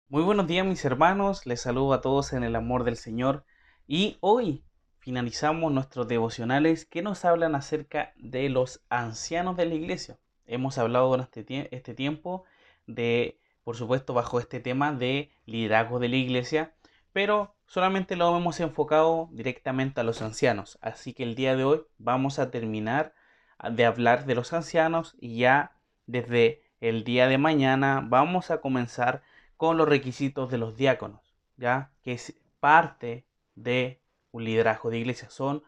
Muy buenos días mis hermanos, les saludo a todos en el amor del Señor y hoy finalizamos nuestros devocionales que nos hablan acerca de los ancianos de la iglesia. Hemos hablado durante este tiempo de, por supuesto, bajo este tema de liderazgo de la iglesia, pero solamente lo hemos enfocado directamente a los ancianos. Así que el día de hoy vamos a terminar de hablar de los ancianos y ya desde el día de mañana vamos a comenzar con los requisitos de los diáconos, ¿ya? Que es parte de un liderazgo de iglesia. Son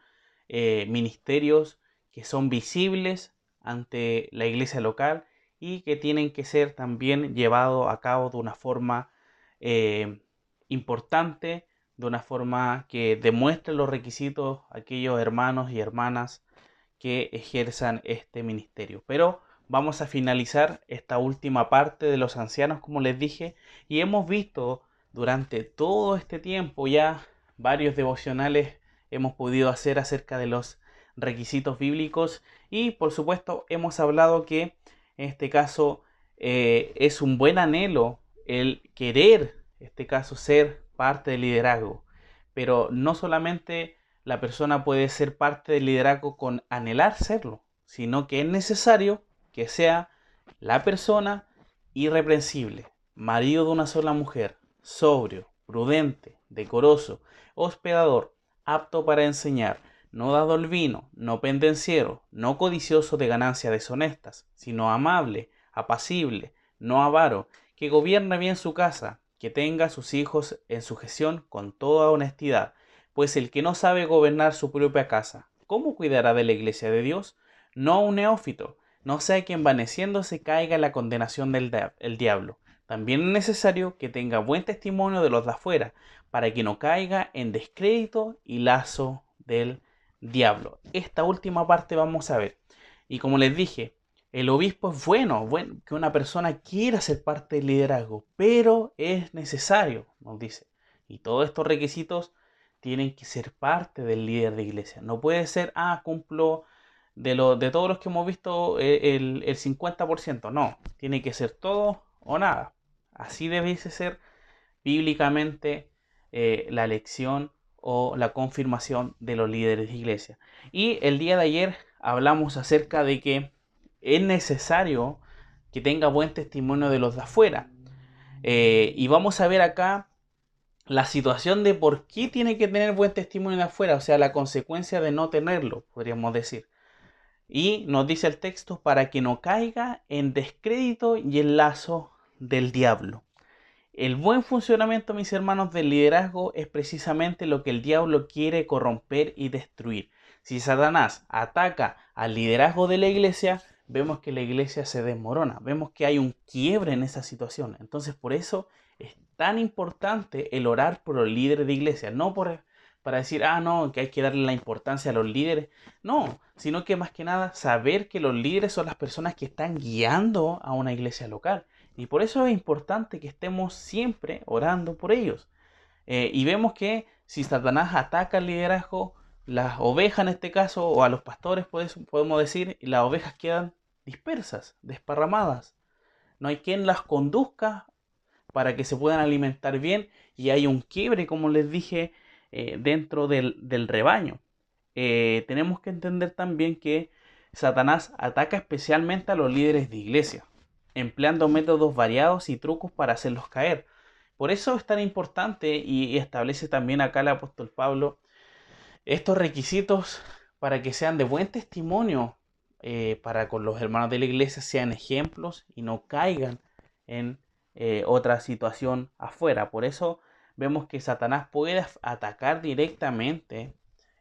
ministerios que son visibles ante la iglesia local y que tienen que ser también llevados a cabo de una forma eh, importante, de una forma que demuestre los requisitos a aquellos hermanos y hermanas que ejerzan este ministerio. Pero vamos a finalizar esta última parte de los ancianos, como les dije, y hemos visto durante todo este tiempo ya varios devocionales hemos podido hacer acerca de los requisitos bíblicos y por supuesto hemos hablado que en este caso es un buen anhelo el querer, en este caso, ser parte del liderazgo, pero no solamente la persona puede ser parte del liderazgo con anhelar serlo, sino que es necesario que sea la persona irreprensible, marido de una sola mujer, sobrio, prudente, decoroso, hospedador, apto para enseñar, no dado al vino, no pendenciero, no codicioso de ganancias deshonestas, sino amable, apacible, no avaro, que gobierne bien su casa, que tenga a sus hijos en sujeción con toda honestidad, pues el que no sabe gobernar su propia casa, ¿cómo cuidará de la iglesia de Dios? No un neófito, no sea que envaneciéndose caiga en la condenación del el diablo. También es necesario que tenga buen testimonio de los de afuera, para que no caiga en descrédito y lazo del diablo. Esta última parte vamos a ver. Y como les dije, el obispo es bueno que una persona quiera ser parte del liderazgo, pero es necesario, nos dice. Y todos estos requisitos tienen que ser parte del líder de iglesia. No puede ser, cumplo de todos los que hemos visto el 50%. No, tiene que ser todo o nada. Así debe ser bíblicamente la elección o la confirmación de los líderes de iglesia. Y el día de ayer hablamos acerca de que es necesario que tenga buen testimonio de los de afuera. Y vamos a ver acá la situación de por qué tiene que tener buen testimonio de afuera, o sea, la consecuencia de no tenerlo, podríamos decir. Y nos dice el texto, para que no caiga en descrédito y en lazo del diablo. El buen funcionamiento, mis hermanos, del liderazgo es precisamente lo que el diablo quiere corromper y destruir. Si Satanás ataca al liderazgo de la iglesia, vemos que la iglesia se desmorona, vemos que hay un quiebre en esa situación. Entonces, por eso es tan importante el orar por los líderes de iglesia, no para decir, no, que hay que darle la importancia a los líderes, no, sino que más que nada saber que los líderes son las personas que están guiando a una iglesia local. Y por eso es importante que estemos siempre orando por ellos. Y vemos que si Satanás ataca el liderazgo, las ovejas en este caso, o a los pastores podemos decir, las ovejas quedan dispersas, desparramadas. No hay quien las conduzca para que se puedan alimentar bien y hay un quiebre, como les dije, dentro del rebaño. Tenemos que entender también que Satanás ataca especialmente a los líderes de iglesia, empleando métodos variados y trucos para hacerlos caer. Por eso es tan importante y establece también acá el apóstol Pablo estos requisitos para que sean de buen testimonio, para con los hermanos de la iglesia sean ejemplos y no caigan en otra situación afuera. Por eso vemos que Satanás puede atacar directamente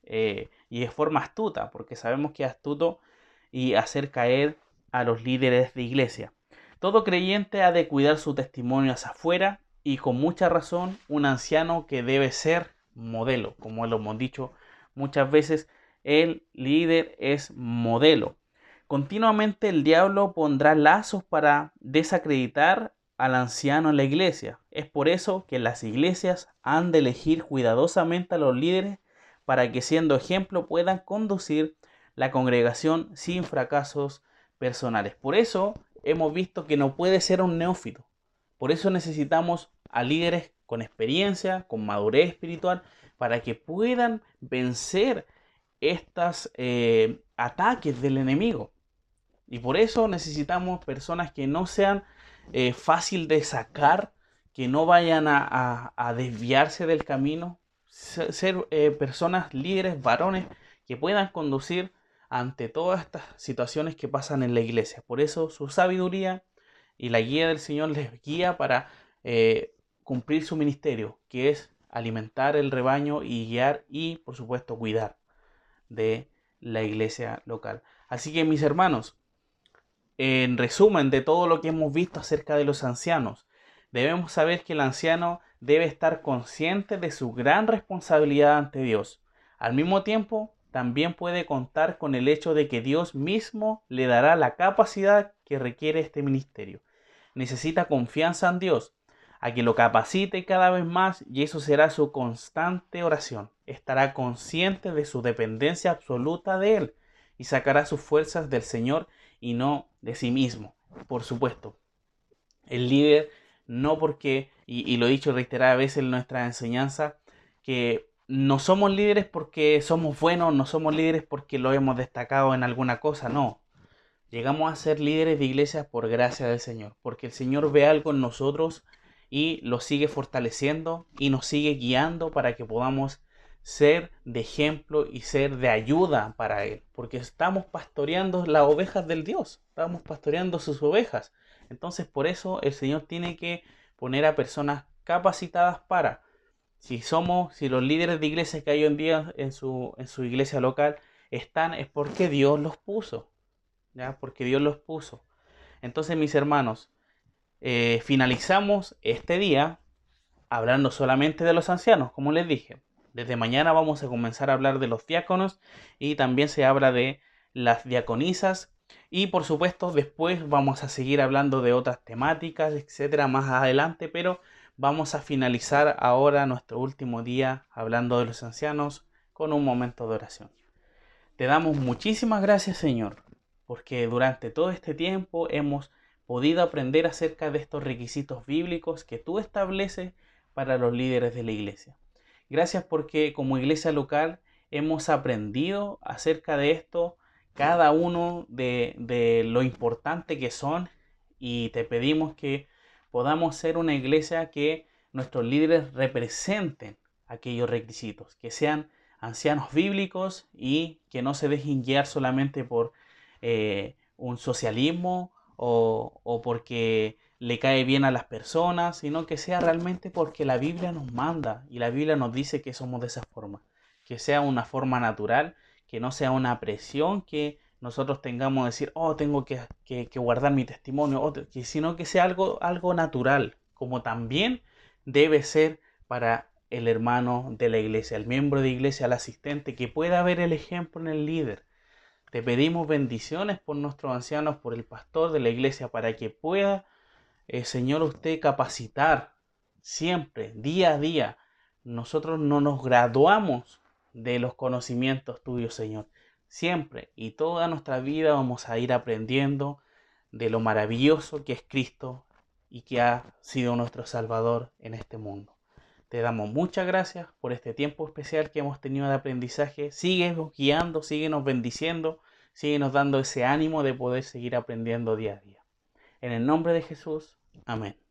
y de forma astuta, porque sabemos que es astuto y hacer caer a los líderes de iglesia. Todo creyente ha de cuidar su testimonio hacia afuera y con mucha razón un anciano que debe ser modelo, como lo hemos dicho muchas veces, el líder es modelo. Continuamente el diablo pondrá lazos para desacreditar al anciano en la iglesia. Es por eso que las iglesias han de elegir cuidadosamente a los líderes para que siendo ejemplo puedan conducir la congregación sin fracasos personales. Por eso hemos visto que no puede ser un neófito. Por eso necesitamos a líderes con experiencia, con madurez espiritual, para que puedan vencer estos ataques del enemigo. Y por eso necesitamos personas que no sean fácil de sacar, que no vayan a desviarse del camino, ser personas líderes, varones, que puedan conducir ante todas estas situaciones que pasan en la iglesia. Por eso su sabiduría y la guía del Señor les guía para cumplir su ministerio, que es alimentar el rebaño y guiar y, por supuesto, cuidar de la iglesia local. Así que, mis hermanos, en resumen de todo lo que hemos visto acerca de los ancianos, debemos saber que el anciano debe estar consciente de su gran responsabilidad ante Dios. Al mismo tiempo, también puede contar con el hecho de que Dios mismo le dará la capacidad que requiere este ministerio. Necesita confianza en Dios, a que lo capacite cada vez más, y eso será su constante oración. Estará consciente de su dependencia absoluta de Él y sacará sus fuerzas del Señor y no de sí mismo. Por supuesto, el líder no porque, y lo he dicho reiteradas veces en nuestra enseñanza, que no somos líderes porque somos buenos, no somos líderes porque lo hemos destacado en alguna cosa, no. Llegamos a ser líderes de iglesias por gracia del Señor, porque el Señor ve algo en nosotros y lo sigue fortaleciendo y nos sigue guiando para que podamos ser de ejemplo y ser de ayuda para Él, porque estamos pastoreando las ovejas del Dios, estamos pastoreando sus ovejas. Entonces por eso el Señor tiene que poner a personas capacitadas para, si los líderes de iglesias que hay hoy en día en su iglesia local están, es porque Dios los puso, ¿ya? Porque Dios los puso. Entonces, mis hermanos, finalizamos este día hablando solamente de los ancianos, como les dije. Desde mañana vamos a comenzar a hablar de los diáconos y también se habla de las diaconisas. Y por supuesto, después vamos a seguir hablando de otras temáticas, etcétera, más adelante, pero vamos a finalizar ahora nuestro último día hablando de los ancianos con un momento de oración. Te damos muchísimas gracias, Señor, porque durante todo este tiempo hemos podido aprender acerca de estos requisitos bíblicos que tú estableces para los líderes de la iglesia. Gracias porque como iglesia local hemos aprendido acerca de esto, cada uno de lo importante que son, y te pedimos que podamos ser una iglesia que nuestros líderes representen aquellos requisitos, que sean ancianos bíblicos y que no se dejen guiar solamente por un socialismo o porque le cae bien a las personas, sino que sea realmente porque la Biblia nos manda y la Biblia nos dice que somos de esa forma, que sea una forma natural, que no sea una presión que nosotros tengamos que decir, oh, tengo que guardar mi testimonio, sino que sea algo natural, como también debe ser para el hermano de la iglesia, el miembro de iglesia, el asistente, que pueda ver el ejemplo en el líder. Te pedimos bendiciones por nuestros ancianos, por el pastor de la iglesia, para que pueda, Señor, usted capacitar siempre, día a día. Nosotros no nos graduamos de los conocimientos tuyos, Señor. Siempre y toda nuestra vida vamos a ir aprendiendo de lo maravilloso que es Cristo y que ha sido nuestro Salvador en este mundo. Te damos muchas gracias por este tiempo especial que hemos tenido de aprendizaje. Síguenos guiando, síguenos bendiciendo, síguenos dando ese ánimo de poder seguir aprendiendo día a día. En el nombre de Jesús, amén.